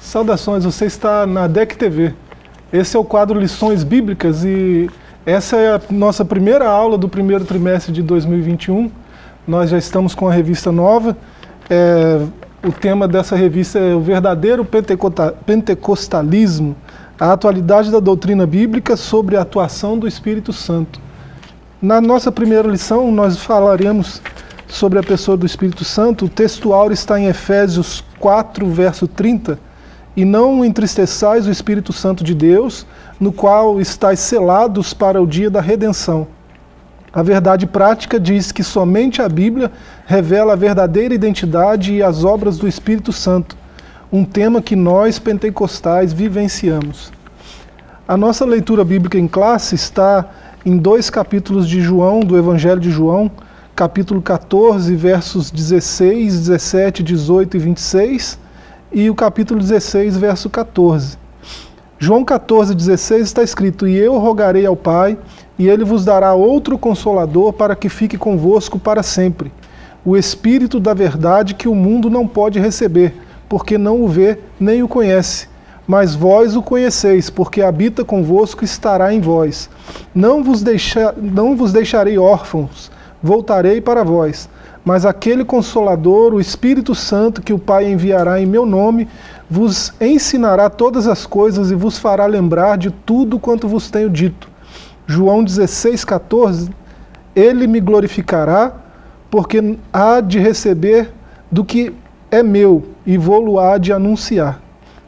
Saudações, você está na DEC TV. Esse é o quadro Lições Bíblicas e essa é a nossa primeira aula do primeiro trimestre de 2021. Nós já estamos com a revista nova. O tema dessa revista é o verdadeiro pentecostalismo, a atualidade da doutrina bíblica sobre a atuação do Espírito Santo. Na nossa primeira lição, nós falaremos sobre a pessoa do Espírito Santo. O texto áureo está em Efésios 4, verso 30. E não entristeçais o Espírito Santo de Deus, no qual estáis selados para o dia da redenção. A verdade prática diz que somente a Bíblia revela a verdadeira identidade e as obras do Espírito Santo, um tema que nós, pentecostais, vivenciamos. A nossa leitura bíblica em classe está em 2 capítulos de João, do Evangelho de João, capítulo 14, versos 16, 17, 18 e 26, e o capítulo 16, verso 14. João 14, 16 está escrito: E eu rogarei ao Pai, e Ele vos dará outro Consolador para que fique convosco para sempre, o Espírito da verdade que o mundo não pode receber, porque não o vê nem o conhece. Mas vós o conheceis, porque habita convosco e estará em vós. Não vos deixarei órfãos, voltarei para vós. Mas aquele Consolador, o Espírito Santo, que o Pai enviará em meu nome, vos ensinará todas as coisas e vos fará lembrar de tudo quanto vos tenho dito. João 16, 14, Ele me glorificará, porque há de receber do que é meu e vou-lo há de anunciar.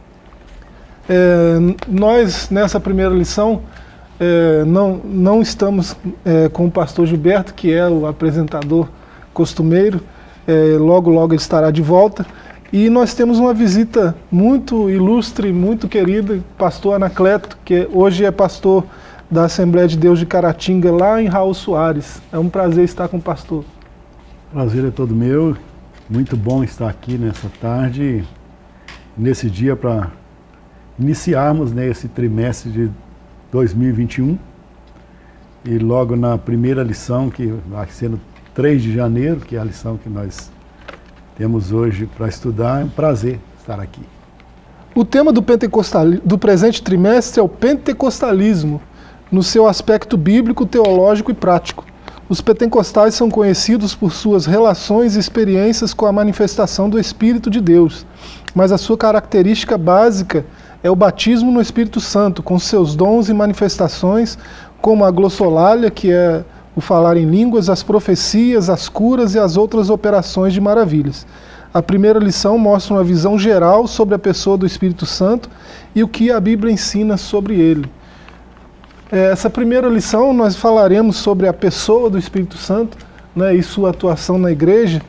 Nós, nessa primeira lição, não estamos com o pastor Gilberto, que é o apresentador costumeiro. Logo ele estará de volta. E nós temos uma visita muito ilustre, muito querida, pastor Anacleto, que hoje é pastor da Assembleia de Deus de Caratinga, lá em Raul Soares. É um prazer estar com o pastor. Prazer é todo meu. Muito bom estar aqui nessa tarde, nesse dia, para iniciarmos, né, esse trimestre de 2021. E logo na primeira lição, que vai ser no 3 de janeiro, que é a lição que nós temos hoje para estudar, é um prazer estar aqui. O tema do presente trimestre é o pentecostalismo, no seu aspecto bíblico, teológico e prático. Os pentecostais são conhecidos por suas relações e experiências com a manifestação do Espírito de Deus, mas a sua característica básica é o batismo no Espírito Santo, com seus dons e manifestações, como a glossolalia, que é o falar em línguas, as profecias, as curas e as outras operações de maravilhas. A primeira lição mostra uma visão geral sobre a pessoa do Espírito Santo e o que a Bíblia ensina sobre ele. Essa primeira lição nós falaremos sobre a pessoa do Espírito Santo, né, e sua atuação na igreja,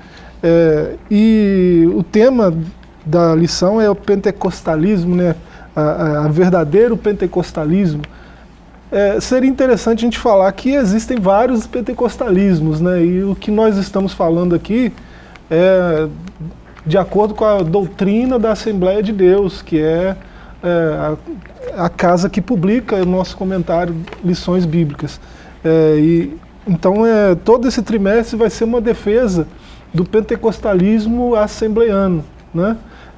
e o tema da lição é o pentecostalismo, né, a verdadeiro pentecostalismo. Seria interessante a gente falar que existem vários pentecostalismos, né, e o que nós estamos falando aqui é de acordo com a doutrina da Assembleia de Deus, que é a casa que publica o nosso comentário Lições Bíblicas. Então todo esse trimestre vai ser uma defesa do pentecostalismo assembleiano, né?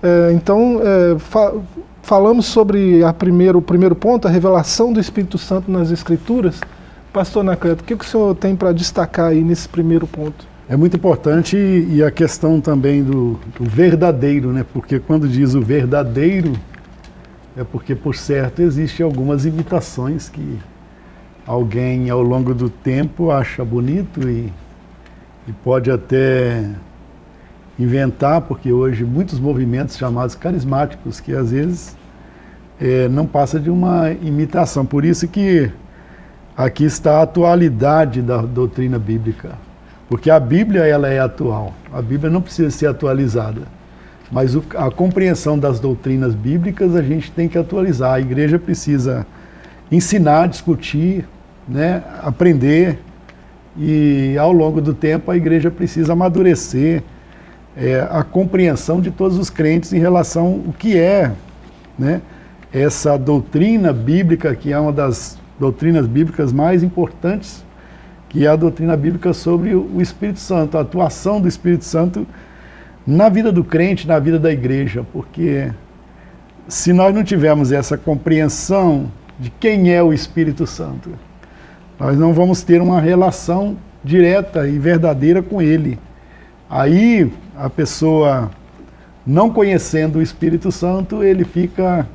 Falamos sobre o primeiro ponto, a revelação do Espírito Santo nas Escrituras. Pastor Anacleto, o que o senhor tem para destacar aí nesse primeiro ponto? É muito importante, e a questão também do verdadeiro, né? Porque quando diz o verdadeiro, é porque, por certo, existem algumas imitações que alguém, ao longo do tempo, acha bonito e pode até inventar, porque hoje muitos movimentos chamados carismáticos, que às vezes não passa de uma imitação. Por isso que aqui está a atualidade da doutrina bíblica. Porque a Bíblia, ela é atual. A Bíblia não precisa ser atualizada. Mas a compreensão das doutrinas bíblicas a gente tem que atualizar. A igreja precisa ensinar, discutir, né, aprender. E ao longo do tempo a igreja precisa amadurecer a compreensão de todos os crentes em relação ao que é, né, essa doutrina bíblica, que é uma das doutrinas bíblicas mais importantes, que é a doutrina bíblica sobre o Espírito Santo, a atuação do Espírito Santo na vida do crente, na vida da igreja, porque se nós não tivermos essa compreensão de quem é o Espírito Santo, nós não vamos ter uma relação direta e verdadeira com Ele. Aí a pessoa, não conhecendo o Espírito Santo, ele fica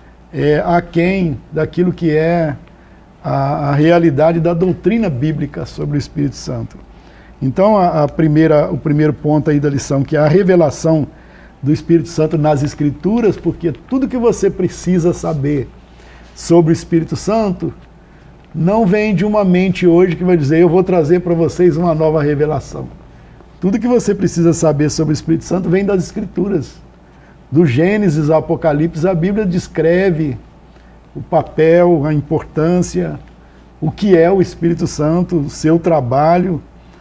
aquém daquilo que é a realidade da doutrina bíblica sobre o Espírito Santo. Então o primeiro ponto aí da lição, que é a revelação do Espírito Santo nas Escrituras, porque tudo que você precisa saber sobre o Espírito Santo não vem de uma mente hoje que vai dizer, eu vou trazer para vocês uma nova revelação. Tudo que você precisa saber sobre o Espírito Santo vem das Escrituras. Do Gênesis ao Apocalipse, a Bíblia descreve o papel, a importância, o que é o Espírito Santo, o seu trabalho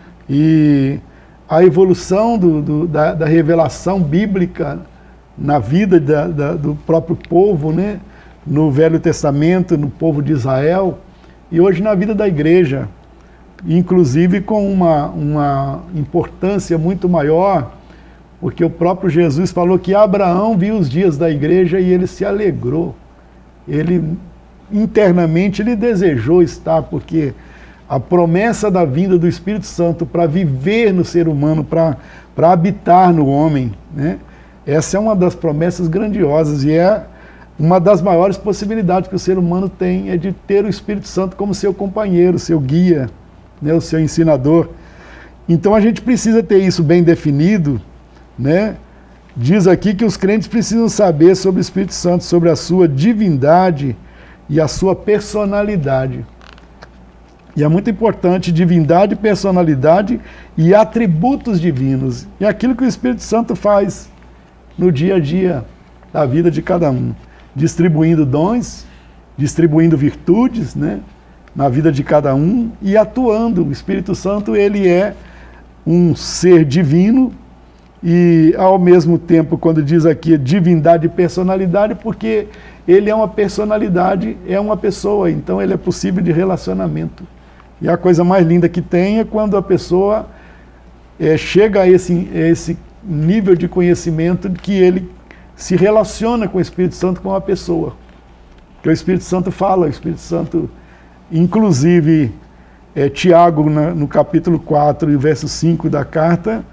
e a evolução da revelação bíblica na vida do próprio povo, né? No Velho Testamento, no povo de Israel, e hoje na vida da igreja, inclusive com uma importância muito maior, porque o próprio Jesus falou que Abraão viu os dias da igreja e ele se alegrou. Ele, internamente, ele desejou estar, porque a promessa da vinda do Espírito Santo para viver no ser humano, para habitar no homem, né? Essa é uma das promessas grandiosas e é uma das maiores possibilidades que o ser humano tem, é de ter o Espírito Santo como seu companheiro, seu guia, né, o seu ensinador. Então a gente precisa ter isso bem definido, né? Diz aqui que os crentes precisam saber sobre o Espírito Santo, sobre a sua divindade e a sua personalidade. E é muito importante divindade, personalidade e atributos divinos. E aquilo que o Espírito Santo faz no dia a dia da vida de cada um, distribuindo dons, distribuindo virtudes, né, na vida de cada um e atuando. O Espírito Santo, ele é um ser divino e, ao mesmo tempo, quando diz aqui divindade e personalidade, porque ele é uma personalidade, é uma pessoa, então ele é possível de relacionamento. E a coisa mais linda que tem é quando a pessoa chega a esse nível de conhecimento de que ele se relaciona com o Espírito Santo como uma pessoa. Que o Espírito Santo fala, o Espírito Santo, inclusive, Tiago, no capítulo 4 e verso 5 da carta,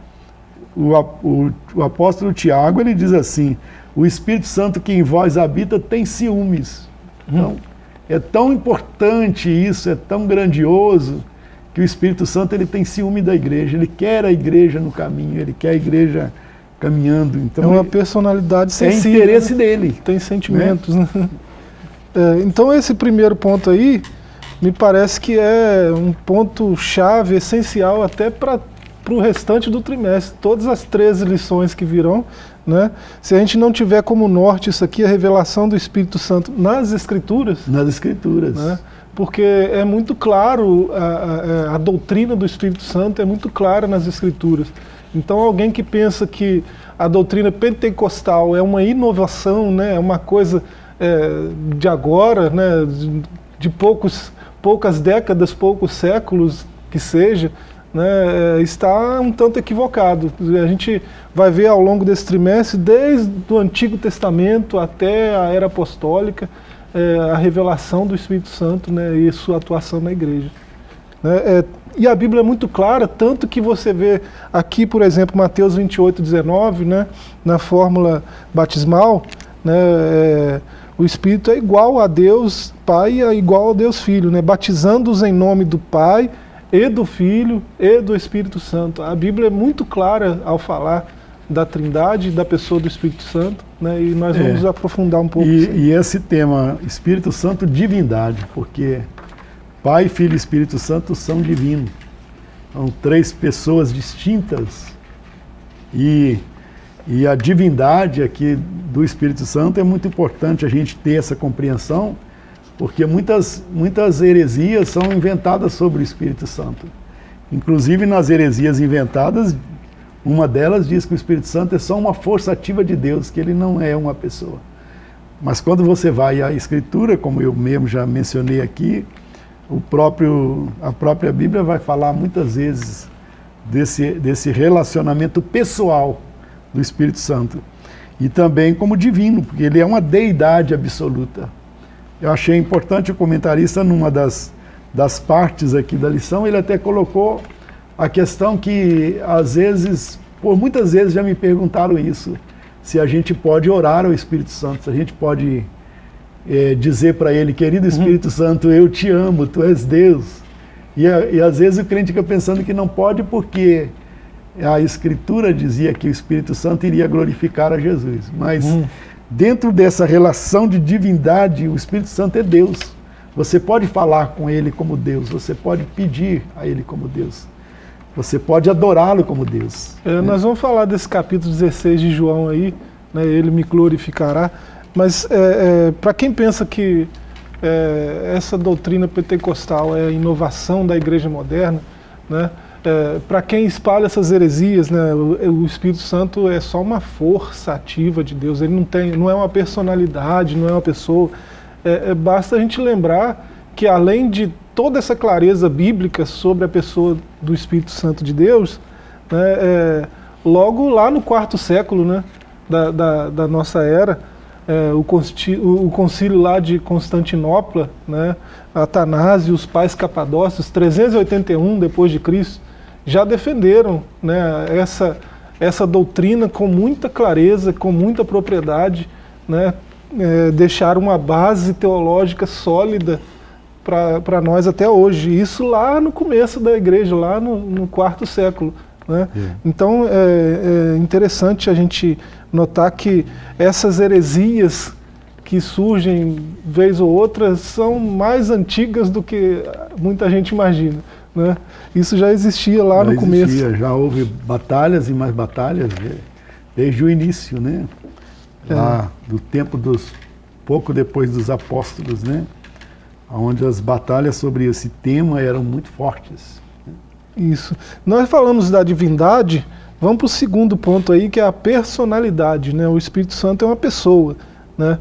o apóstolo Tiago, ele diz assim, o Espírito Santo que em vós habita tem ciúmes. Então, é tão importante isso, é tão grandioso, que o Espírito Santo ele tem ciúme da igreja, ele quer a igreja no caminho, ele quer a igreja caminhando. Então, é uma personalidade sensível. É interesse dele. Tem sentimentos, né? Então esse primeiro ponto aí, me parece que é um ponto-chave, essencial até para o restante do trimestre. Todas as 13 lições que virão, né? Se a gente não tiver como norte isso aqui, a revelação do Espírito Santo nas Escrituras. Nas Escrituras. Né? Porque é muito claro, a doutrina do Espírito Santo é muito clara nas Escrituras. Então alguém que pensa que a doutrina pentecostal é uma inovação, né? É uma coisa de agora, né? de poucas décadas, poucos séculos que seja, né? Está um tanto equivocado. A gente vai ver ao longo desse trimestre, desde o Antigo Testamento até a Era Apostólica, a revelação do Espírito Santo, né? E sua atuação na igreja. Né? E a Bíblia é muito clara, tanto que você vê aqui, por exemplo, Mateus 28:19, né? Na fórmula batismal, né? O Espírito é igual a Deus Pai e é igual a Deus Filho, né? Batizando-os em nome do Pai e do Filho e do Espírito Santo. A Bíblia é muito clara ao falar da Trindade, da pessoa do Espírito Santo, né? E nós vamos aprofundar um pouco. E esse tema, Espírito Santo, divindade, porque Pai, Filho e Espírito Santo são divinos. São 3 pessoas distintas. E a divindade aqui do Espírito Santo é muito importante a gente ter essa compreensão, porque muitas heresias são inventadas sobre o Espírito Santo. Inclusive nas heresias inventadas, uma delas diz que o Espírito Santo é só uma força ativa de Deus, que ele não é uma pessoa. Mas quando você vai à Escritura, como eu mesmo já mencionei aqui, a própria Bíblia vai falar muitas vezes desse relacionamento pessoal do Espírito Santo. e também como divino, porque ele é uma deidade absoluta. Eu achei importante o comentarista, numa das partes aqui da lição, ele até colocou a questão que, às vezes, por muitas vezes já me perguntaram isso, se a gente pode orar ao Espírito Santo, se a gente pode dizer para ele, querido Espírito Santo, eu te amo, tu és Deus. E às vezes o crente fica pensando que não pode porque a Escritura dizia que o Espírito Santo iria glorificar a Jesus. Mas dentro dessa relação de divindade, o Espírito Santo é Deus. Você pode falar com ele como Deus, você pode pedir a ele como Deus. Você pode adorá-lo como Deus. Nós vamos falar desse capítulo 16 de João aí, né, ele me glorificará. Mas para quem pensa que essa doutrina pentecostal é a inovação da igreja moderna, né, para quem espalha essas heresias, né, o Espírito Santo é só uma força ativa de Deus, ele não é uma personalidade, não é uma pessoa. Basta a gente lembrar que, além de toda essa clareza bíblica sobre a pessoa do Espírito Santo de Deus, né, logo lá no 4º século, né, da nossa era, o concílio lá de Constantinopla, né, Atanásio e os pais capadócios, 381 depois de Cristo, já defenderam, né, essa doutrina com muita clareza, com muita propriedade, né, deixaram uma base teológica sólida para nós até hoje. Isso lá no começo da igreja, lá no 4º século. Né? Então é interessante a gente notar que essas heresias que surgem vez ou outra são mais antigas do que muita gente imagina. Né? Isso já existia lá no começo. Já houve batalhas e mais batalhas desde o início, né? Lá do tempo pouco depois dos apóstolos, né? Onde as batalhas sobre esse tema eram muito fortes. Isso. Nós falamos da divindade, vamos para o segundo ponto aí, que é a personalidade, né? O Espírito Santo é uma pessoa, né?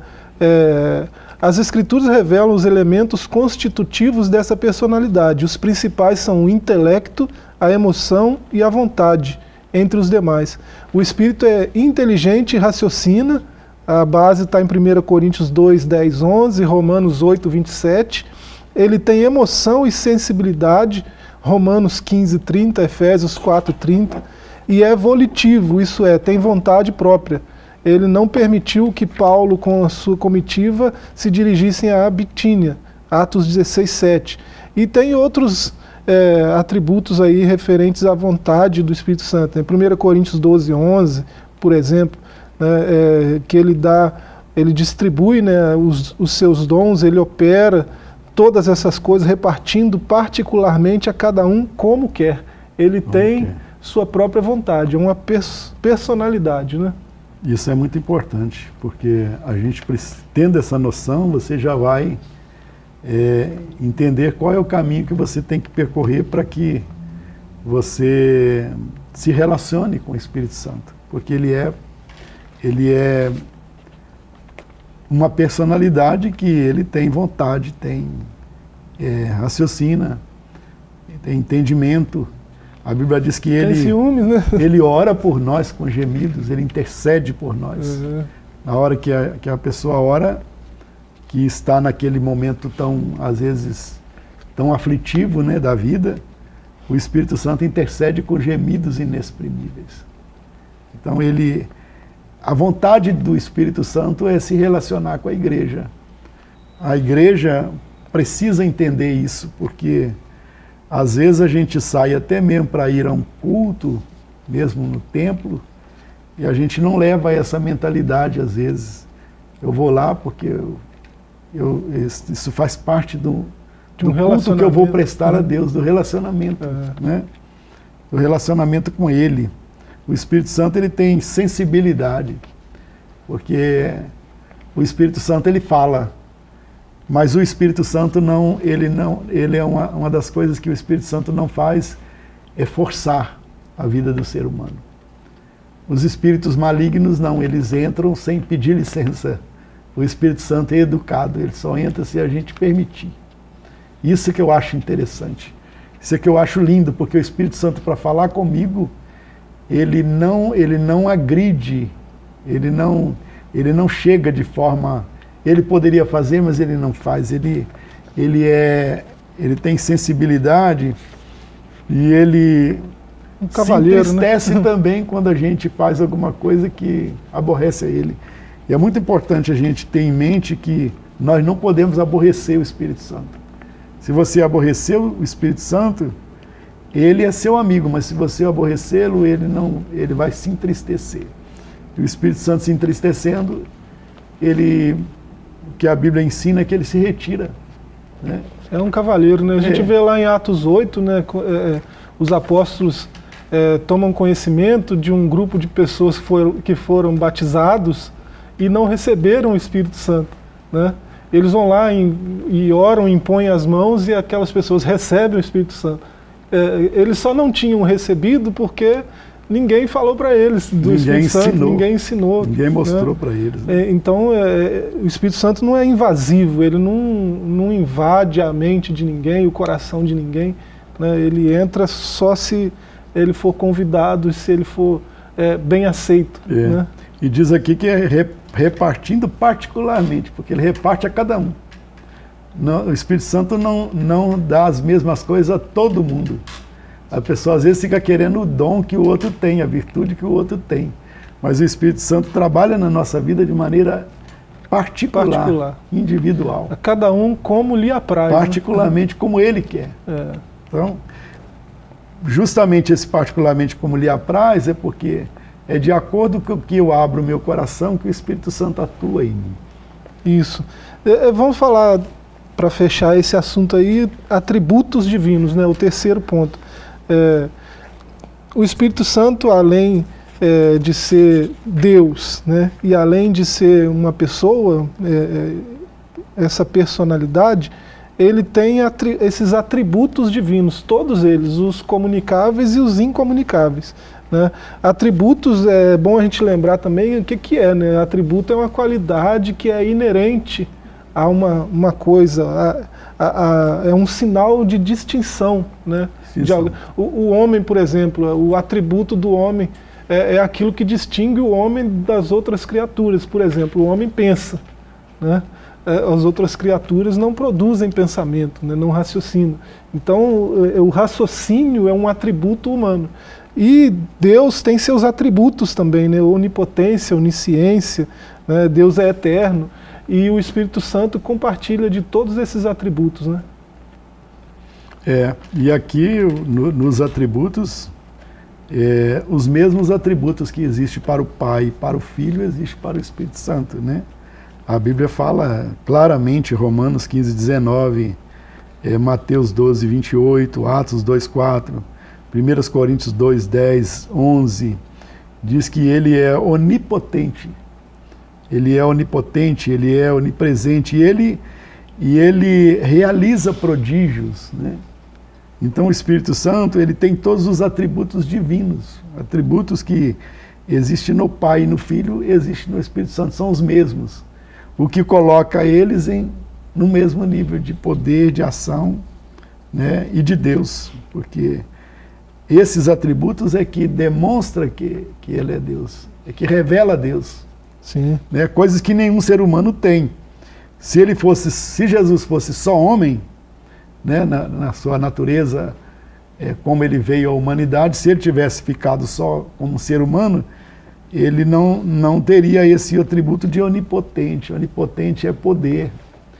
As Escrituras revelam os elementos constitutivos dessa personalidade. Os principais são o intelecto, a emoção e a vontade, entre os demais. O Espírito é inteligente e raciocina. A base está em 1 Coríntios 2, 10, 11, Romanos 8, 27. Ele tem emoção e sensibilidade, Romanos 15, 30, Efésios 4, 30. E é volitivo, isso é, tem vontade própria. Ele não permitiu que Paulo, com a sua comitiva, se dirigissem a Bitínia, Atos 16, 7. E tem outros atributos aí referentes à vontade do Espírito Santo. Em 1 Coríntios 12, 11, por exemplo, que ele distribui, né, os seus dons, ele opera todas essas coisas, repartindo particularmente a cada um como quer. Ele tem sua própria vontade, é uma personalidade, né? Isso é muito importante, porque a gente, tendo essa noção, você já vai entender qual é o caminho que você tem que percorrer para que você se relacione com o Espírito Santo, porque ele é uma personalidade que ele tem vontade, tem raciocina, tem entendimento. A Bíblia diz que tem ciúmes, né? Ele ora por nós com gemidos, ele intercede por nós. Na hora que a pessoa ora, que está naquele momento tão, às vezes, tão aflitivo, né, da vida, o Espírito Santo intercede com gemidos inexprimíveis. Então a vontade do Espírito Santo é se relacionar com a igreja. A igreja precisa entender isso, porque às vezes a gente sai até mesmo para ir a um culto, mesmo no templo, e a gente não leva essa mentalidade às vezes. Eu vou lá porque isso faz parte do culto que eu vou prestar a Deus, do relacionamento, né? Do relacionamento com Ele. O Espírito Santo, ele tem sensibilidade, porque o Espírito Santo, ele fala, mas o Espírito Santo ele é uma das coisas que o Espírito Santo não faz, é forçar a vida do ser humano. Os espíritos malignos não, eles entram sem pedir licença. O Espírito Santo é educado, ele só entra se a gente permitir. Isso que eu acho interessante, isso que eu acho lindo, porque o Espírito Santo, para falar comigo, ele não agride Ele não chega de forma... Ele poderia fazer, mas ele não faz. Ele tem sensibilidade e ele se entristece, né? Também quando a gente faz alguma coisa que aborrece a ele. E é muito importante a gente ter em mente que nós não podemos aborrecer o Espírito Santo. Se você aborrecer o Espírito Santo, ele é seu amigo, mas se você aborrecê-lo, ele vai se entristecer. E o Espírito Santo se entristecendo, o que a Bíblia ensina é que ele se retira, né? É um cavaleiro, né? A gente vê lá em Atos 8, né, os apóstolos tomam conhecimento de um grupo de pessoas que foram batizados e não receberam o Espírito Santo, né? Eles vão lá e oram, impõem as mãos e aquelas pessoas recebem o Espírito Santo. Eles só não tinham recebido porque ninguém falou para eles do Espírito Santo, ninguém ensinou. Ninguém mostrou, né, para eles. Né? Então, o Espírito Santo não é invasivo, ele não invade a mente de ninguém, o coração de ninguém, né? Ele entra só se ele for convidado, se ele for bem aceito. Né? E diz aqui que é repartindo particularmente, porque ele reparte a cada um. O Espírito Santo não dá as mesmas coisas a todo mundo. A pessoa às vezes fica querendo o dom que o outro tem, a virtude que o outro tem. Mas o Espírito Santo trabalha na nossa vida de maneira particular. Individual. A cada um como lhe apraz. Particularmente, né? Como ele quer. Então, justamente esse particularmente como lhe apraz é porque é de acordo com o que eu abro o meu coração que o Espírito Santo atua em mim. Isso. Vamos falar, para fechar esse assunto aí, atributos divinos, né? O terceiro ponto. O Espírito Santo, além de ser Deus, né, e além de ser uma pessoa, essa personalidade, ele tem esses atributos divinos, todos eles, os comunicáveis e os incomunicáveis. Né? Atributos, é bom a gente lembrar também o que é, né? Atributo é uma qualidade que é inerente a uma coisa, é um sinal de distinção, né? O homem, por exemplo, o atributo do homem é aquilo que distingue o homem das outras criaturas. Por exemplo, o homem pensa, né? As outras criaturas não produzem pensamento, né? Não raciocinam. Então, o raciocínio é um atributo humano. E Deus tem seus atributos também, né? Onipotência, onisciência, né? Deus é eterno. E o Espírito Santo compartilha de todos esses atributos, né? E aqui nos atributos, os mesmos atributos que existem para o Pai e para o Filho, existem para o Espírito Santo, né? A Bíblia fala claramente, Romanos 15, 19, Mateus 12, 28, Atos 2, 4, 1 Coríntios 2, 10, 11, diz que ele é onipotente. Ele é onipotente, ele é onipresente, e ele realiza prodígios, né? Então o Espírito Santo, ele tem todos os atributos divinos, atributos que existem no Pai e no Filho, existem no Espírito Santo, são os mesmos, o que coloca eles no mesmo nível de poder, de ação, né, e de Deus, porque esses atributos é que demonstra que ele é Deus, é que revela Deus. Sim. Né, coisas que nenhum ser humano tem. Se Jesus fosse só homem, né, na sua natureza, como ele veio à humanidade, se ele tivesse ficado só como ser humano, ele não teria esse atributo de onipotente. Onipotente é poder,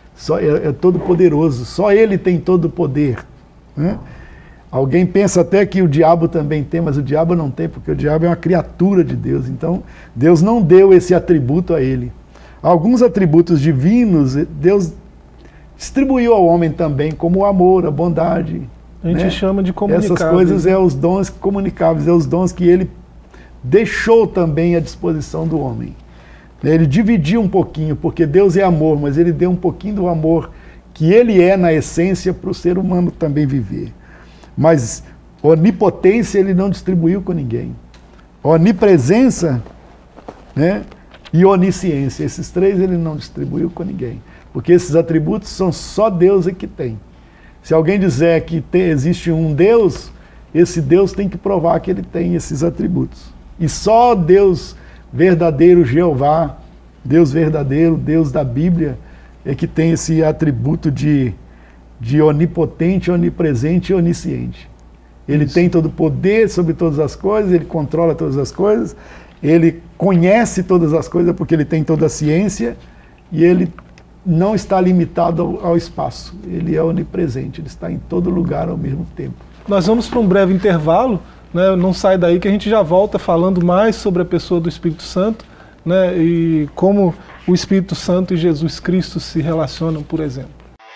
é todo poderoso, só ele tem todo o poder, né? Alguém pensa até que o diabo também tem, mas o diabo não tem, porque o diabo é uma criatura de Deus. Então, Deus não deu esse atributo a ele. Alguns atributos divinos, Deus distribuiu ao homem também, como o amor, a bondade. A gente chama de comunicáveis. Essas coisas os dons comunicáveis, os dons que ele deixou também à disposição do homem. Ele dividiu um pouquinho, porque Deus é amor, mas ele deu um pouquinho do amor que ele é na essência para o ser humano também viver. Mas onipotência ele não distribuiu com ninguém. Onipresença, né, e onisciência, esses três ele não distribuiu com ninguém. Porque esses atributos são só Deus é que tem. Se alguém dizer que existe um Deus, esse Deus tem que provar que ele tem esses atributos. E só Deus verdadeiro Jeová, Deus verdadeiro, Deus da Bíblia, é que tem esse atributo de onipotente, onipresente e onisciente. Ele tem todo o poder sobre todas as coisas, ele controla todas as coisas, ele conhece todas as coisas porque ele tem toda a ciência e ele não está limitado ao espaço. Ele é onipresente, ele está em todo lugar ao mesmo tempo. Nós vamos para um breve intervalo, né? Não sai daí que a gente já volta falando mais sobre a pessoa do Espírito Santo, né? E como o Espírito Santo e Jesus Cristo se relacionam, por exemplo.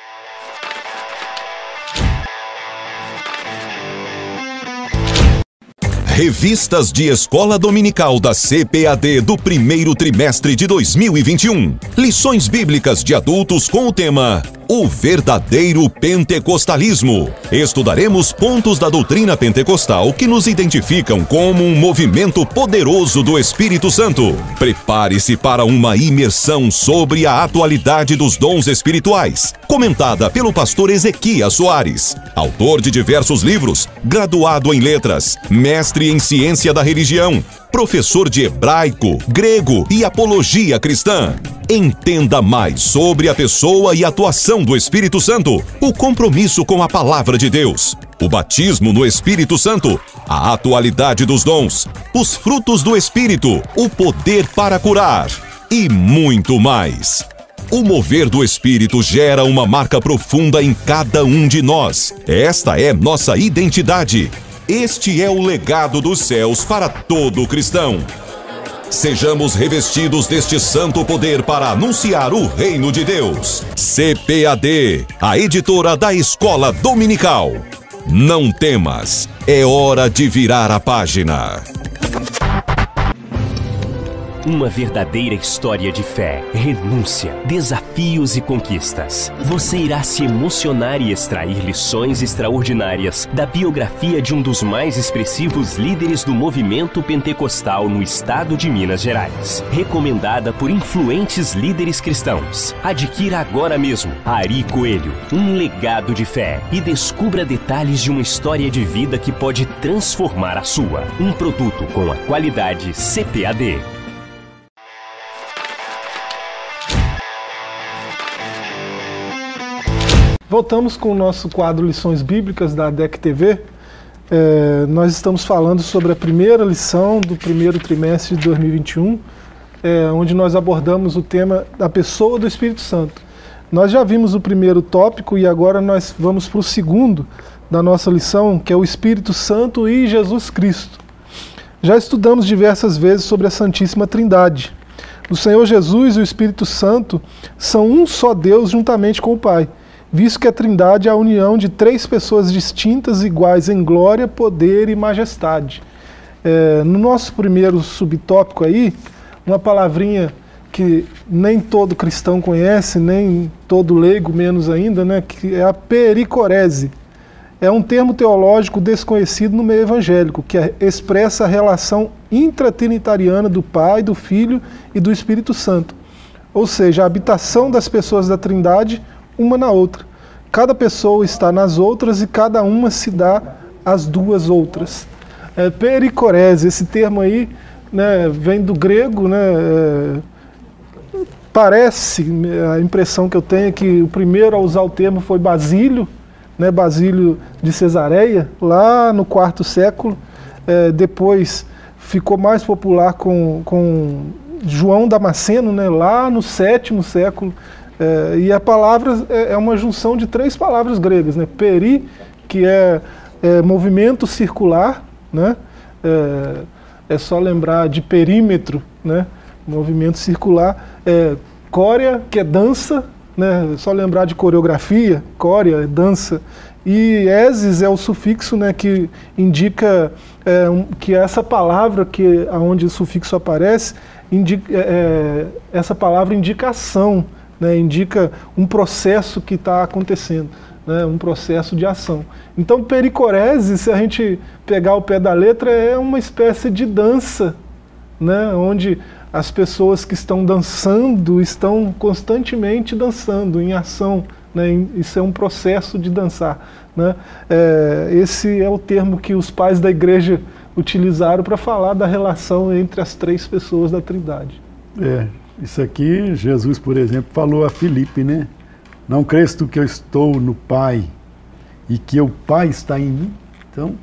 Revistas de Escola Dominical da CPAD do primeiro trimestre de 2021. Lições bíblicas de adultos com o tema O Verdadeiro Pentecostalismo. Estudaremos pontos da doutrina pentecostal que nos identificam como um movimento poderoso do Espírito Santo. Prepare-se para uma imersão sobre a atualidade dos dons espirituais, comentada pelo pastor Ezequias Soares, autor de diversos livros, graduado em letras, mestre em ciência da religião, professor de hebraico, grego e apologia cristã. Entenda mais sobre a pessoa e atuação do Espírito Santo, o compromisso com a palavra de Deus, o batismo no Espírito Santo, a atualidade dos dons, os frutos do Espírito, o poder para curar e muito mais. O mover do Espírito gera uma marca profunda em cada um de nós. Esta é nossa identidade. Este é o legado dos céus para todo cristão. Sejamos revestidos deste santo poder para anunciar o reino de Deus. CPAD, a editora da Escola Dominical. Não temas, é hora de virar a página. Uma verdadeira história de fé, renúncia, desafios e conquistas. Você irá se emocionar e extrair lições extraordinárias da biografia de um dos mais expressivos líderes do movimento pentecostal no estado de Minas Gerais. Recomendada por influentes líderes cristãos. Adquira agora mesmo Ari Coelho, um legado de fé, e descubra detalhes de uma história de vida que pode transformar a sua. Um produto com a qualidade CPAD. Voltamos com o nosso quadro Lições Bíblicas da ADEC TV. Nós estamos falando sobre a primeira lição do primeiro trimestre de 2021, onde nós abordamos o tema da pessoa do Espírito Santo. Nós já vimos o primeiro tópico e agora nós vamos para o segundo da nossa lição, que é o Espírito Santo e Jesus Cristo. Já estudamos diversas vezes sobre a Santíssima Trindade. O Senhor Jesus e o Espírito Santo são um só Deus juntamente com o Pai, visto que a Trindade é a união de três pessoas distintas, iguais em glória, poder e majestade. No nosso primeiro subtópico aí, uma palavrinha que nem todo cristão conhece, nem todo leigo menos ainda, né, que é a pericorese. É um termo teológico desconhecido no meio evangélico, que expressa a relação intratrinitariana do Pai, do Filho e do Espírito Santo. Ou seja, a habitação das pessoas da Trindade uma na outra. Cada pessoa está nas outras e cada uma se dá às duas outras. Pericorese, esse termo aí, né, vem do grego, né, parece, a impressão que eu tenho é que o primeiro a usar o termo foi Basílio, né, Basílio de Cesareia, lá no IV século. Depois ficou mais popular com João Damasceno, né, lá no VII século. E a palavra é uma junção de três palavras gregas, né? Peri, que é movimento circular, né? É só lembrar de perímetro, né? Movimento circular. Córea, que é dança, né? É só lembrar de coreografia, córea é dança. E eses é o sufixo, né, que indica que essa palavra, onde o sufixo aparece, essa palavra indica ação, né, indica um processo que está acontecendo, né, um processo de ação. Então, pericorese, se a gente pegar o pé da letra, é uma espécie de dança, né, onde as pessoas que estão dançando estão constantemente dançando, em ação, né, isso é um processo de dançar, né. Esse é o termo que os pais da igreja utilizaram para falar da relação entre as três pessoas da Trindade. Isso aqui, Jesus, por exemplo, falou a Filipe, né? Não crês tu que eu estou no Pai e que o Pai está em mim? Então,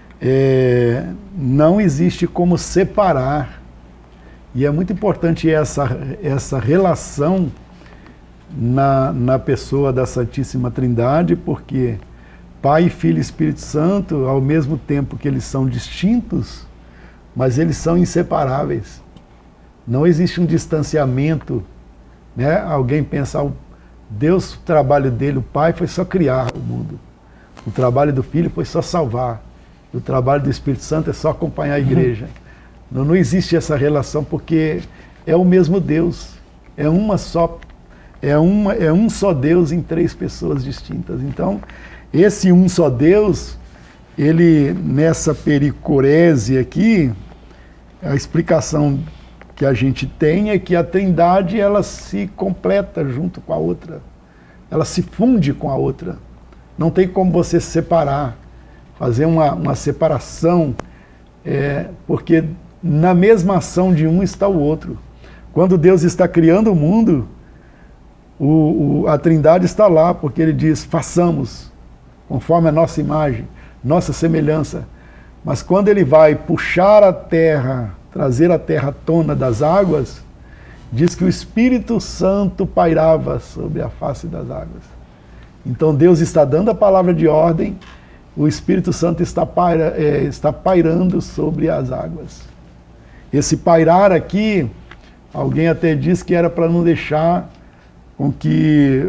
não existe como separar. E é muito importante essa relação na pessoa da Santíssima Trindade, porque Pai, Filho e Espírito Santo, ao mesmo tempo que eles são distintos, mas eles são inseparáveis. Não existe um distanciamento, né? Alguém pensa, Deus, o trabalho dele, o Pai, foi só criar o mundo. O trabalho do Filho foi só salvar. O trabalho do Espírito Santo é só acompanhar a igreja. Não existe essa relação, porque é o mesmo Deus. É um só Deus em três pessoas distintas. Então, esse um só Deus, ele, nessa pericorese aqui, a explicação que a gente tem é que a Trindade, ela se completa junto com a outra. Ela se funde com a outra. Não tem como você separar, fazer uma separação, porque na mesma ação de um está o outro. Quando Deus está criando o mundo, a Trindade está lá, porque ele diz, façamos, conforme a nossa imagem, nossa semelhança. Mas quando ele vai puxar a terra, trazer a terra à tona das águas, diz que o Espírito Santo pairava sobre a face das águas. Então Deus está dando a palavra de ordem, o Espírito Santo está pairando sobre as águas. Esse pairar aqui, alguém até diz que era para não deixar com que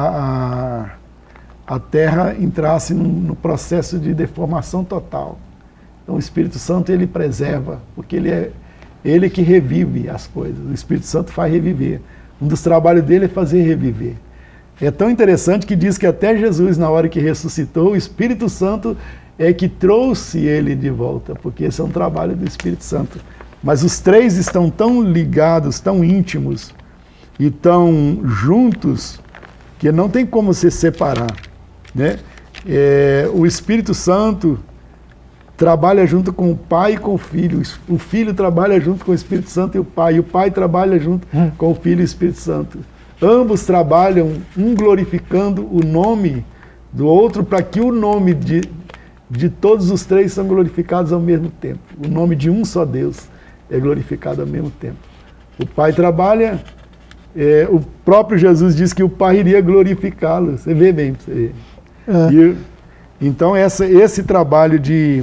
a terra entrasse no processo de deformação total. Então o Espírito Santo, ele preserva, porque ele que revive as coisas. O Espírito Santo faz reviver. Um dos trabalhos dele é fazer reviver. É tão interessante que diz que até Jesus, na hora que ressuscitou, o Espírito Santo é que trouxe ele de volta, porque esse é um trabalho do Espírito Santo. Mas os três estão tão ligados, tão íntimos e tão juntos, que não tem como se separar, né? O Espírito Santo trabalha junto com o Pai e com o Filho. O Filho trabalha junto com o Espírito Santo e o Pai trabalha junto com o Filho e o Espírito Santo. Ambos trabalham, um glorificando o nome do outro, para que o nome de todos os três são glorificados ao mesmo tempo. O nome de um só Deus é glorificado ao mesmo tempo. O Pai trabalha, o próprio Jesus disse que o Pai iria glorificá-lo. Você vê bem, você vê. Então esse trabalho de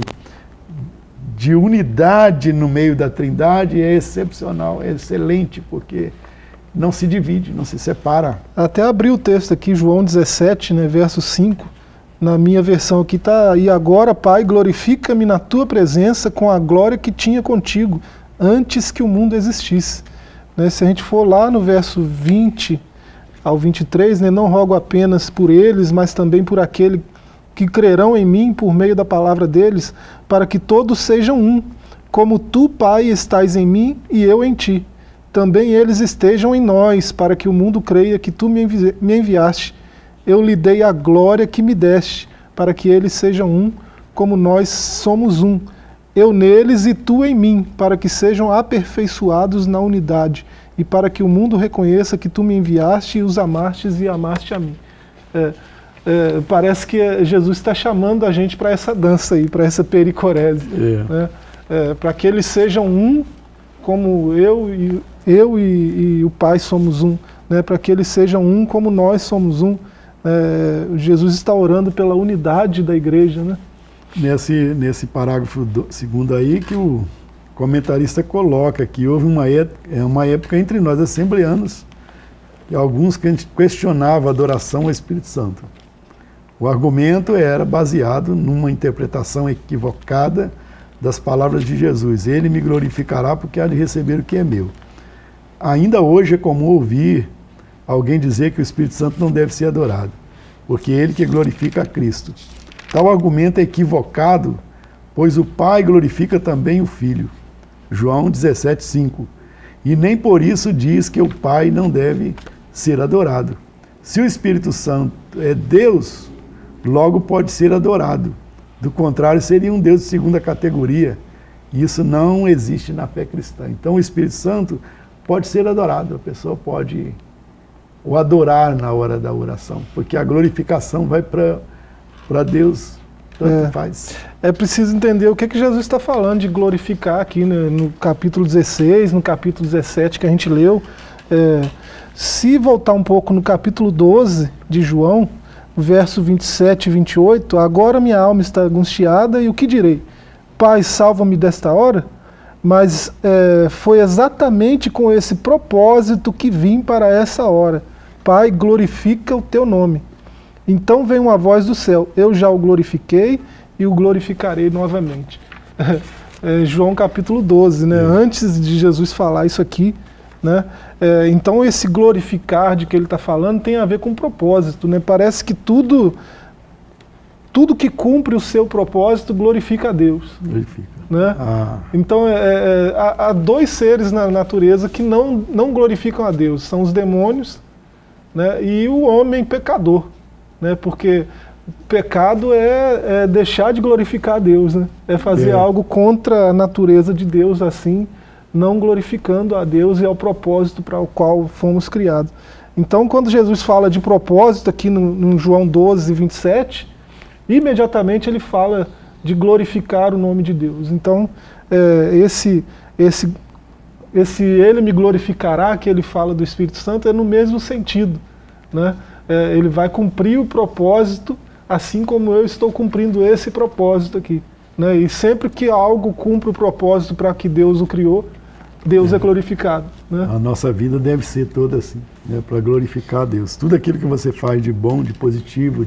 unidade no meio da Trindade é excepcional, é excelente, porque não se divide, não se separa. Até abri o texto aqui, João 17, né, verso 5, na minha versão aqui está, e agora, Pai, glorifica-me na tua presença com a glória que tinha contigo, antes que o mundo existisse. Né, se a gente for lá no verso 20 ao 23, né, não rogo apenas por eles, mas também por aquele que crerão em mim por meio da palavra deles, para que todos sejam um, como tu, Pai, estás em mim e eu em ti. Também eles estejam em nós, para que o mundo creia que tu me enviaste. Eu lhe dei a glória que me deste, para que eles sejam um, como nós somos um. Eu neles e tu em mim, para que sejam aperfeiçoados na unidade, e para que o mundo reconheça que tu me enviaste e os amastes e amaste a mim. Parece que Jesus está chamando a gente para essa dança aí, para essa pericorese, né? Para que eles sejam um, como eu e o Pai somos um, né? Para que eles sejam um como nós somos um. Jesus está orando pela unidade da igreja, né? Nesse parágrafo segundo aí, que o comentarista coloca que houve uma época entre nós assembleanos que alguns questionavam a adoração ao Espírito Santo. O argumento era baseado numa interpretação equivocada das palavras de Jesus. Ele me glorificará porque há de receber o que é meu. Ainda hoje é comum ouvir alguém dizer que o Espírito Santo não deve ser adorado, porque é ele que glorifica a Cristo. Tal argumento é equivocado, pois o Pai glorifica também o Filho. João 17,5. E nem por isso diz que o Pai não deve ser adorado. Se o Espírito Santo é Deus, logo pode ser adorado. Do contrário, seria um Deus de segunda categoria, Isso não existe na fé cristã. Então o Espírito Santo pode ser adorado, a pessoa pode o adorar na hora da oração, porque a glorificação vai para Deus, tanto faz. É preciso entender o que Jesus está falando de glorificar aqui, né, no capítulo 16, no capítulo 17 que a gente leu. Se voltar um pouco no capítulo 12 de João, verso 27 e 28, agora minha alma está angustiada e o que direi? Pai, salva-me desta hora? Mas foi exatamente com esse propósito que vim para essa hora. Pai, glorifica o teu nome. Então vem uma voz do céu, eu já o glorifiquei e o glorificarei novamente. João capítulo 12, né? Antes de Jesus falar isso aqui, né? Então esse glorificar de que ele está falando tem a ver com propósito, né? Parece que tudo que cumpre o seu propósito glorifica a Deus. Glorifica. Né? Então há dois seres na natureza que não glorificam a Deus, são os demônios, né? E o homem pecador, né? Porque pecado é deixar de glorificar a Deus, né? É fazer algo contra a natureza de Deus, assim, não glorificando a Deus e ao propósito para o qual fomos criados. Então quando Jesus fala de propósito aqui no João 12, 27, imediatamente ele fala de glorificar o nome de Deus. Então, esse ele me glorificará, que ele fala do Espírito Santo, é no mesmo sentido, né? Ele vai cumprir o propósito, assim como eu estou cumprindo esse propósito aqui, né? E sempre que algo cumpre o propósito para que Deus o criou, Deus é glorificado, né? A nossa vida deve ser toda assim, né? Para glorificar a Deus. Tudo aquilo que você faz de bom, de positivo,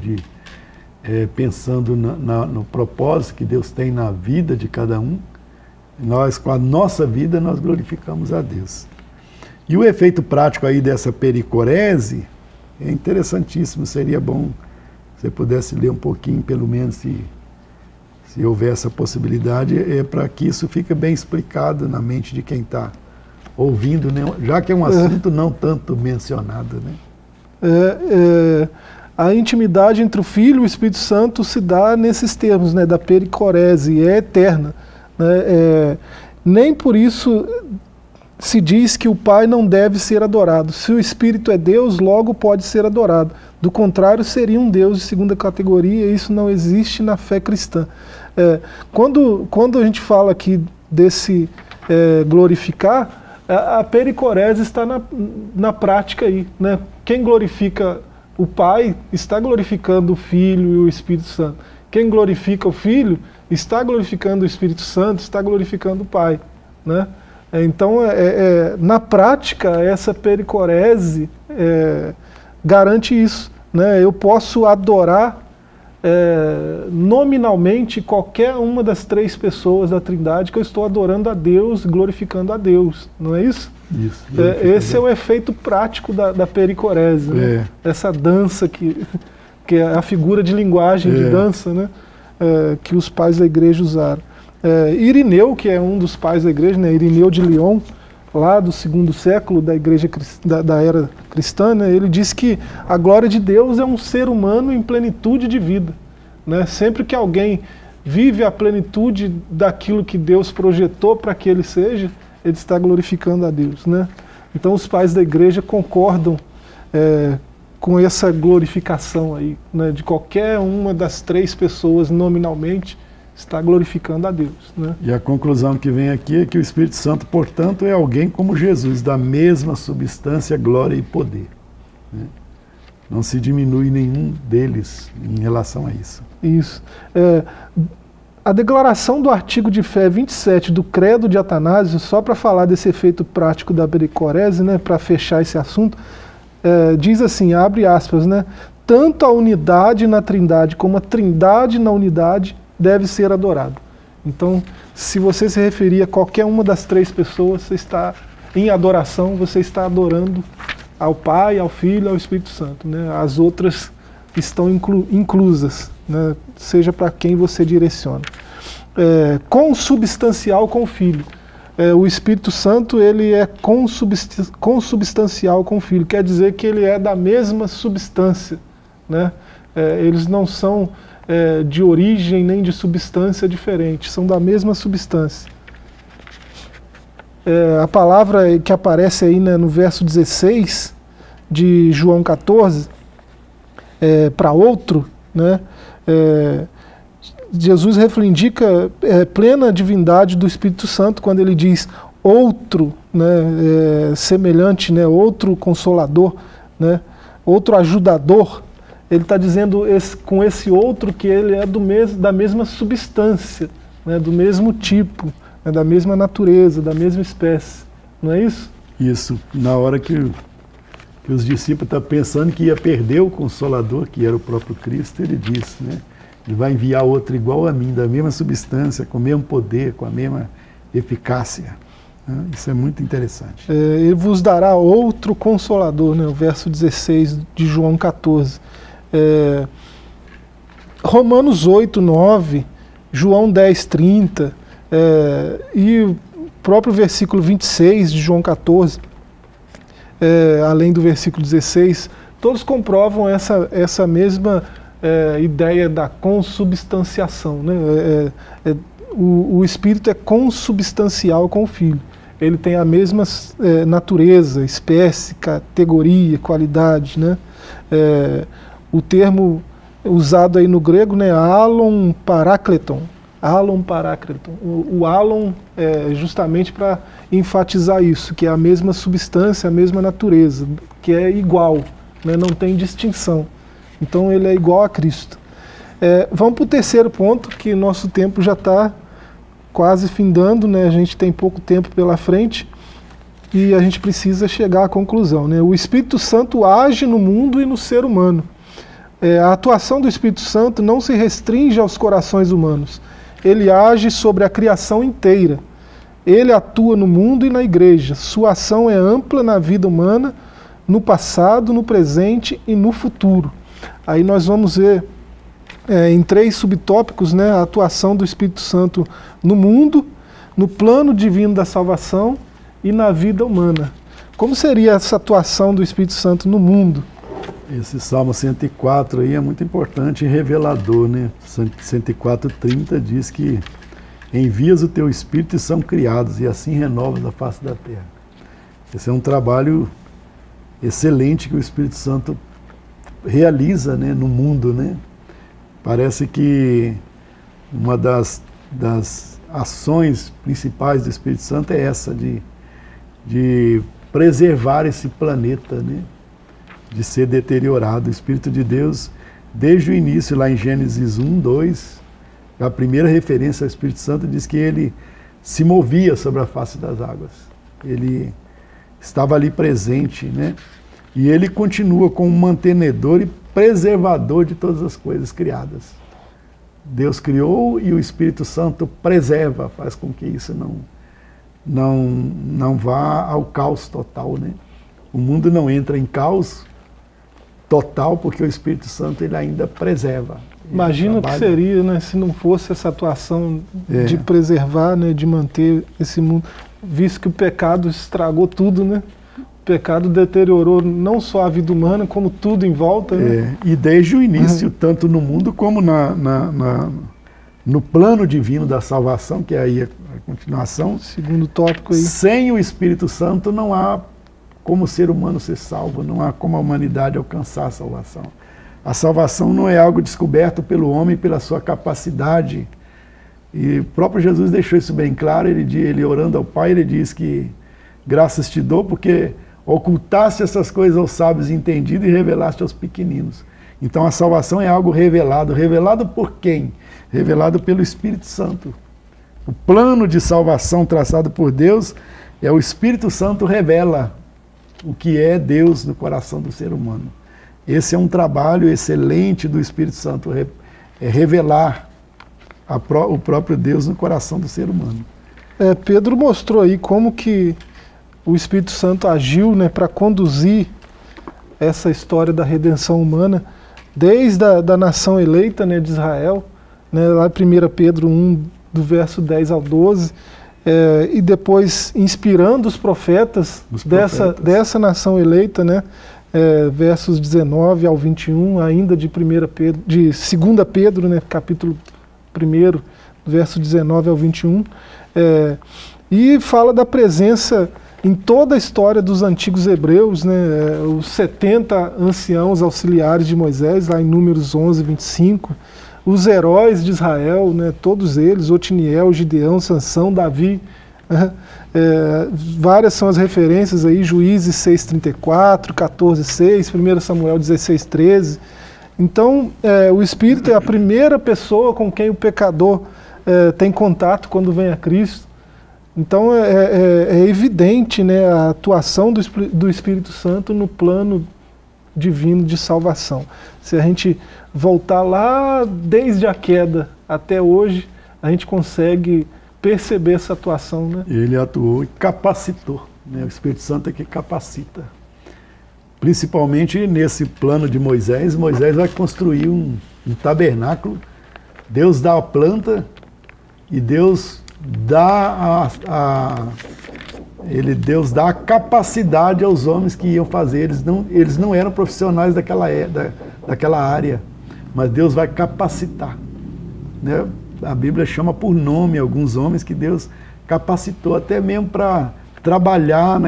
pensando no propósito que Deus tem na vida de cada um, nós, com a nossa vida, nós glorificamos a Deus. E o efeito prático aí dessa pericorese é interessantíssimo, seria bom se você pudesse ler um pouquinho, pelo menos, se houver essa possibilidade, para que isso fique bem explicado na mente de quem está ouvindo, né? Já que é um assunto não tanto mencionado, né? A intimidade entre o Filho e o Espírito Santo se dá nesses termos, né, da pericorese, é eterna, né? Nem por isso se diz que o Pai não deve ser adorado. Se o Espírito é Deus, logo pode ser adorado. Do contrário, seria um Deus de segunda categoria, e isso não existe na fé cristã. Quando a gente fala aqui desse glorificar, a pericorese está na prática aí, né? Quem glorifica o Pai está glorificando o Filho e o Espírito Santo. Quem glorifica o Filho está glorificando o Espírito Santo, está glorificando o Pai, né? Então, na prática, essa pericorese garante isso, né? Eu posso adorar nominalmente qualquer uma das três pessoas da Trindade, que eu estou adorando a Deus, glorificando a Deus, não é isso? Isso. Esse é o efeito prático da pericorese, né? Essa dança que é a figura de linguagem de dança, né? Que os pais da igreja usaram. Irineu, que é um dos pais da igreja, né? Irineu de Lyon, lá do 2º século da igreja da era cristã, né? Ele diz que a glória de Deus é um ser humano em plenitude de vida, né? Sempre que alguém vive a plenitude daquilo que Deus projetou para que ele seja, ele está glorificando a Deus, né? Então os pais da igreja concordam com essa glorificação aí, né? De qualquer uma das três pessoas nominalmente está glorificando a Deus, né? E a conclusão que vem aqui é que o Espírito Santo, portanto, é alguém como Jesus, da mesma substância, glória e poder, né? Não se diminui nenhum deles em relação a isso. Isso. A declaração do artigo de fé 27 do Credo de Atanásio, só para falar desse efeito prático da pericorese, né, para fechar esse assunto, diz assim, abre aspas, né, tanto a unidade na Trindade como a Trindade na unidade deve ser adorado. Então, se você se referir a qualquer uma das três pessoas, você está em adoração, você está adorando ao Pai, ao Filho e ao Espírito Santo, né? As outras estão inclusas, né? Seja para quem você direciona. Consubstancial com o Filho. O Espírito Santo ele é consubstancial com o Filho, quer dizer que ele é da mesma substância, né? Eles não são de origem nem de substância diferente, são da mesma substância, a palavra que aparece aí, né, no verso 16 de João 14, para outro, né, Jesus reivindica plena divindade do Espírito Santo quando ele diz outro, né, semelhante, né, outro consolador, né, outro ajudador. Ele está dizendo com esse outro que ele é da mesma substância, né, do mesmo tipo, né, da mesma natureza, da mesma espécie. Não é isso? Isso. Na hora que os discípulos estão pensando que ia perder o Consolador, que era o próprio Cristo, ele disse, né? Ele vai enviar outro igual a mim, da mesma substância, com o mesmo poder, com a mesma eficácia. Isso é muito interessante. Ele vos dará outro Consolador, né? O verso 16 de João 14. Romanos 8, 9, João 10, 30, e o próprio versículo 26 de João 14, além do versículo 16, todos comprovam essa mesma ideia da consubstanciação, né? O Espírito é consubstancial com o Filho. Ele tem a mesma natureza, espécie, categoria, qualidade, né? O termo usado aí no grego, né, alon parakleton. Alon parakleton. O alon é justamente para enfatizar isso, que é a mesma substância, a mesma natureza, que é igual, né, não tem distinção. Então ele é igual a Cristo. Vamos para o terceiro ponto, que nosso tempo já está quase findando, né, a gente tem pouco tempo pela frente e a gente precisa chegar à conclusão, né? O Espírito Santo age no mundo e no ser humano. A atuação do Espírito Santo não se restringe aos corações humanos. Ele age sobre a criação inteira. Ele atua no mundo e na igreja. Sua ação é ampla na vida humana, no passado, no presente e no futuro. Aí nós vamos ver em 3 subtópicos, né, a atuação do Espírito Santo no mundo, no plano divino da salvação e na vida humana. Como seria essa atuação do Espírito Santo no mundo? Esse Salmo 104 aí é muito importante e revelador, né? 104:30 diz que envias o teu Espírito e são criados, e assim renovas a face da terra. Esse é um trabalho excelente que o Espírito Santo realiza, né, no mundo, né? Parece que uma das ações principais do Espírito Santo é essa, de preservar esse planeta, né, de ser deteriorado. O Espírito de Deus, desde o início, lá em Gênesis 1, 2, a primeira referência ao Espírito Santo diz que ele se movia sobre a face das águas. Ele estava ali presente, né? E ele continua como mantenedor e preservador de todas as coisas criadas. Deus criou e o Espírito Santo preserva, faz com que isso não vá ao caos total, né? O mundo não entra em caos total porque o Espírito Santo ele ainda preserva. Imagina o que seria, né, se não fosse essa atuação de preservar, né, de manter esse mundo, visto que o pecado estragou tudo, né? O pecado deteriorou não só a vida humana, como tudo em volta, né? E desde o início, tanto no mundo como no plano divino da salvação, que é aí a continuação. Segundo tópico aí. Sem o Espírito Santo não há como o ser humano ser salvo, não há como a humanidade alcançar a salvação. A salvação não é algo descoberto pelo homem pela sua capacidade. E o próprio Jesus deixou isso bem claro, ele orando ao Pai, ele diz que graças te dou porque ocultaste essas coisas aos sábios entendidos e revelaste aos pequeninos. Então a salvação é algo revelado. Revelado por quem? Revelado pelo Espírito Santo. O plano de salvação traçado por Deus é o Espírito Santo revela o que é Deus no coração do ser humano. Esse é um trabalho excelente do Espírito Santo, é revelar o próprio Deus no coração do ser humano. Pedro mostrou aí como que o Espírito Santo agiu, né, para conduzir essa história da redenção humana, desde a nação eleita, né, de Israel, né, lá em 1 Pedro 1, do verso 10 ao 12, e depois inspirando os profetas, dessa nação eleita, né, versos 19 ao 21, ainda de 2 Pedro, né, capítulo 1, verso 19 ao 21, E fala da presença em toda a história dos antigos hebreus, né, os 70 anciãos auxiliares de Moisés, lá em Números 11, 25, os heróis de Israel, né, todos eles, Otiniel, Gideão, Sansão, Davi, várias são as referências aí, Juízes 6:34, 14:6, 1 Samuel 16:13. Então, o Espírito é a primeira pessoa com quem o pecador tem contato quando vem a Cristo. Então, é evidente, né, a atuação do Espírito Santo no plano divino de salvação. Se a gente voltar lá desde a queda até hoje, a gente consegue perceber essa atuação, né? Ele atuou e capacitou, né? O Espírito Santo é que capacita. Principalmente nesse plano de Moisés, Moisés vai construir um tabernáculo, Deus dá a planta e Deus dá Deus dá a capacidade aos homens que iam fazer. Eles não eram profissionais daquela área, mas Deus vai capacitar, né? A Bíblia chama por nome alguns homens que Deus capacitou até mesmo para trabalhar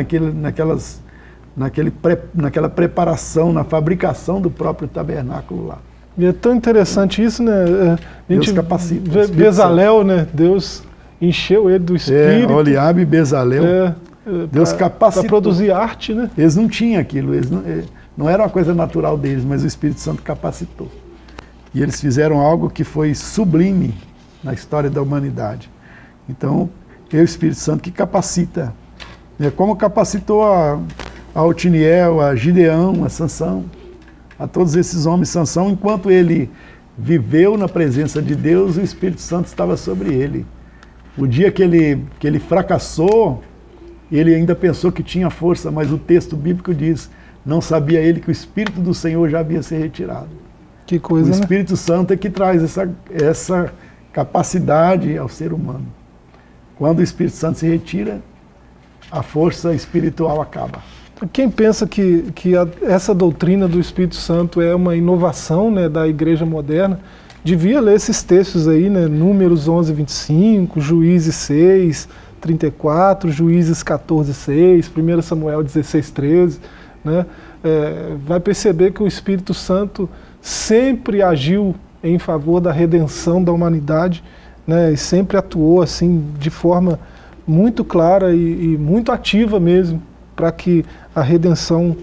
naquela preparação, na fabricação do próprio tabernáculo lá. E é tão interessante isso, né? A gente Deus capacita. Vê Bezalel, né? Deus encheu ele do Espírito. Oliabe e Bezalel. Deus capacitou. Para produzir arte, né? Eles não tinham aquilo, não era uma coisa natural deles, mas o Espírito Santo capacitou. E eles fizeram algo que foi sublime na história da humanidade. Então, é o Espírito Santo que capacita. Como capacitou a Otiniel, a Gideão, a Sansão, a todos esses homens. Sansão, enquanto ele viveu na presença de Deus, o Espírito Santo estava sobre ele. O dia que ele fracassou, ele ainda pensou que tinha força, mas o texto bíblico diz, não sabia ele que o Espírito do Senhor já havia se retirado. Que coisa, o Espírito Santo é que traz essa capacidade ao ser humano. Quando o Espírito Santo se retira, a força espiritual acaba. Quem pensa que essa doutrina do Espírito Santo é uma inovação, né, da igreja moderna, devia ler esses textos aí, né, Números 11, 25, Juízes 6, 34, Juízes 14, 6, 1 Samuel 16, 13, né, vai perceber que o Espírito Santo sempre agiu em favor da redenção da humanidade, né, e sempre atuou assim de forma muito clara e muito ativa mesmo, para que a redenção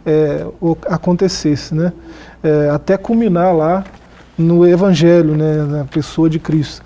acontecesse, né, até culminar lá no Evangelho, né, na pessoa de Cristo.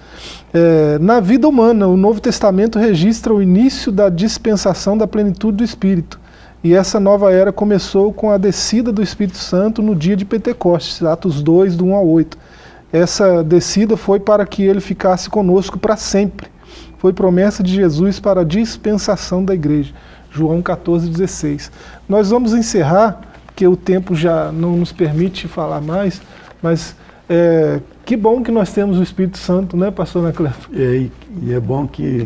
Na vida humana, o Novo Testamento registra o início da dispensação da plenitude do Espírito. E essa nova era começou com a descida do Espírito Santo no dia de Pentecostes, Atos 2, do 1 ao 8. Essa descida foi para que ele ficasse conosco para sempre. Foi promessa de Jesus para a dispensação da igreja. João 14, 16. Nós vamos encerrar, porque o tempo já não nos permite falar mais, mas que bom que nós temos o Espírito Santo, né, pastor Anacleto? E é bom que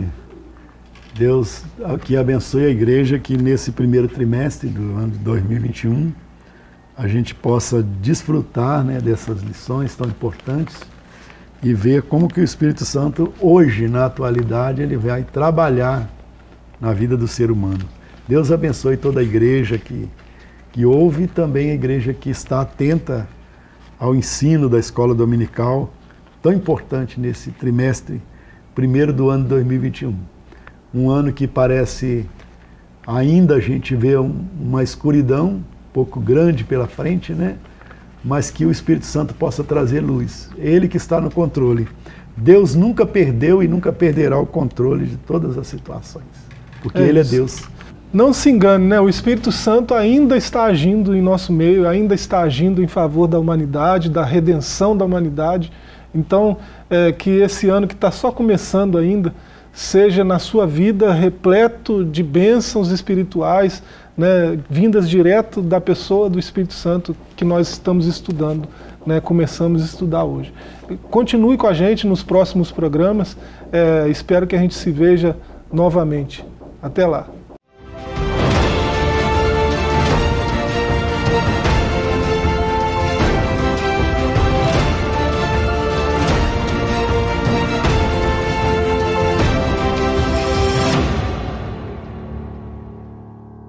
Deus que abençoe a igreja, que nesse primeiro trimestre do ano de 2021 a gente possa desfrutar, né, dessas lições tão importantes e ver como que o Espírito Santo hoje, na atualidade, ele vai trabalhar na vida do ser humano. Deus abençoe toda a igreja que ouve e também a igreja que está atenta ao ensino da escola dominical, tão importante nesse trimestre primeiro do ano de 2021. Um ano que parece ainda a gente vê uma escuridão um pouco grande pela frente, né? Mas que o Espírito Santo possa trazer luz. Ele que está no controle. Deus nunca perdeu e nunca perderá o controle de todas as situações, porque Ele é Deus. Não se engane, né? O Espírito Santo ainda está agindo em nosso meio, ainda está agindo em favor da humanidade, da redenção da humanidade. Então, que esse ano que está só começando ainda, seja na sua vida repleto de bênçãos espirituais, né, vindas direto da pessoa do Espírito Santo que nós estamos estudando, né, começamos a estudar hoje. Continue com a gente nos próximos programas, espero que a gente se veja novamente. Até lá.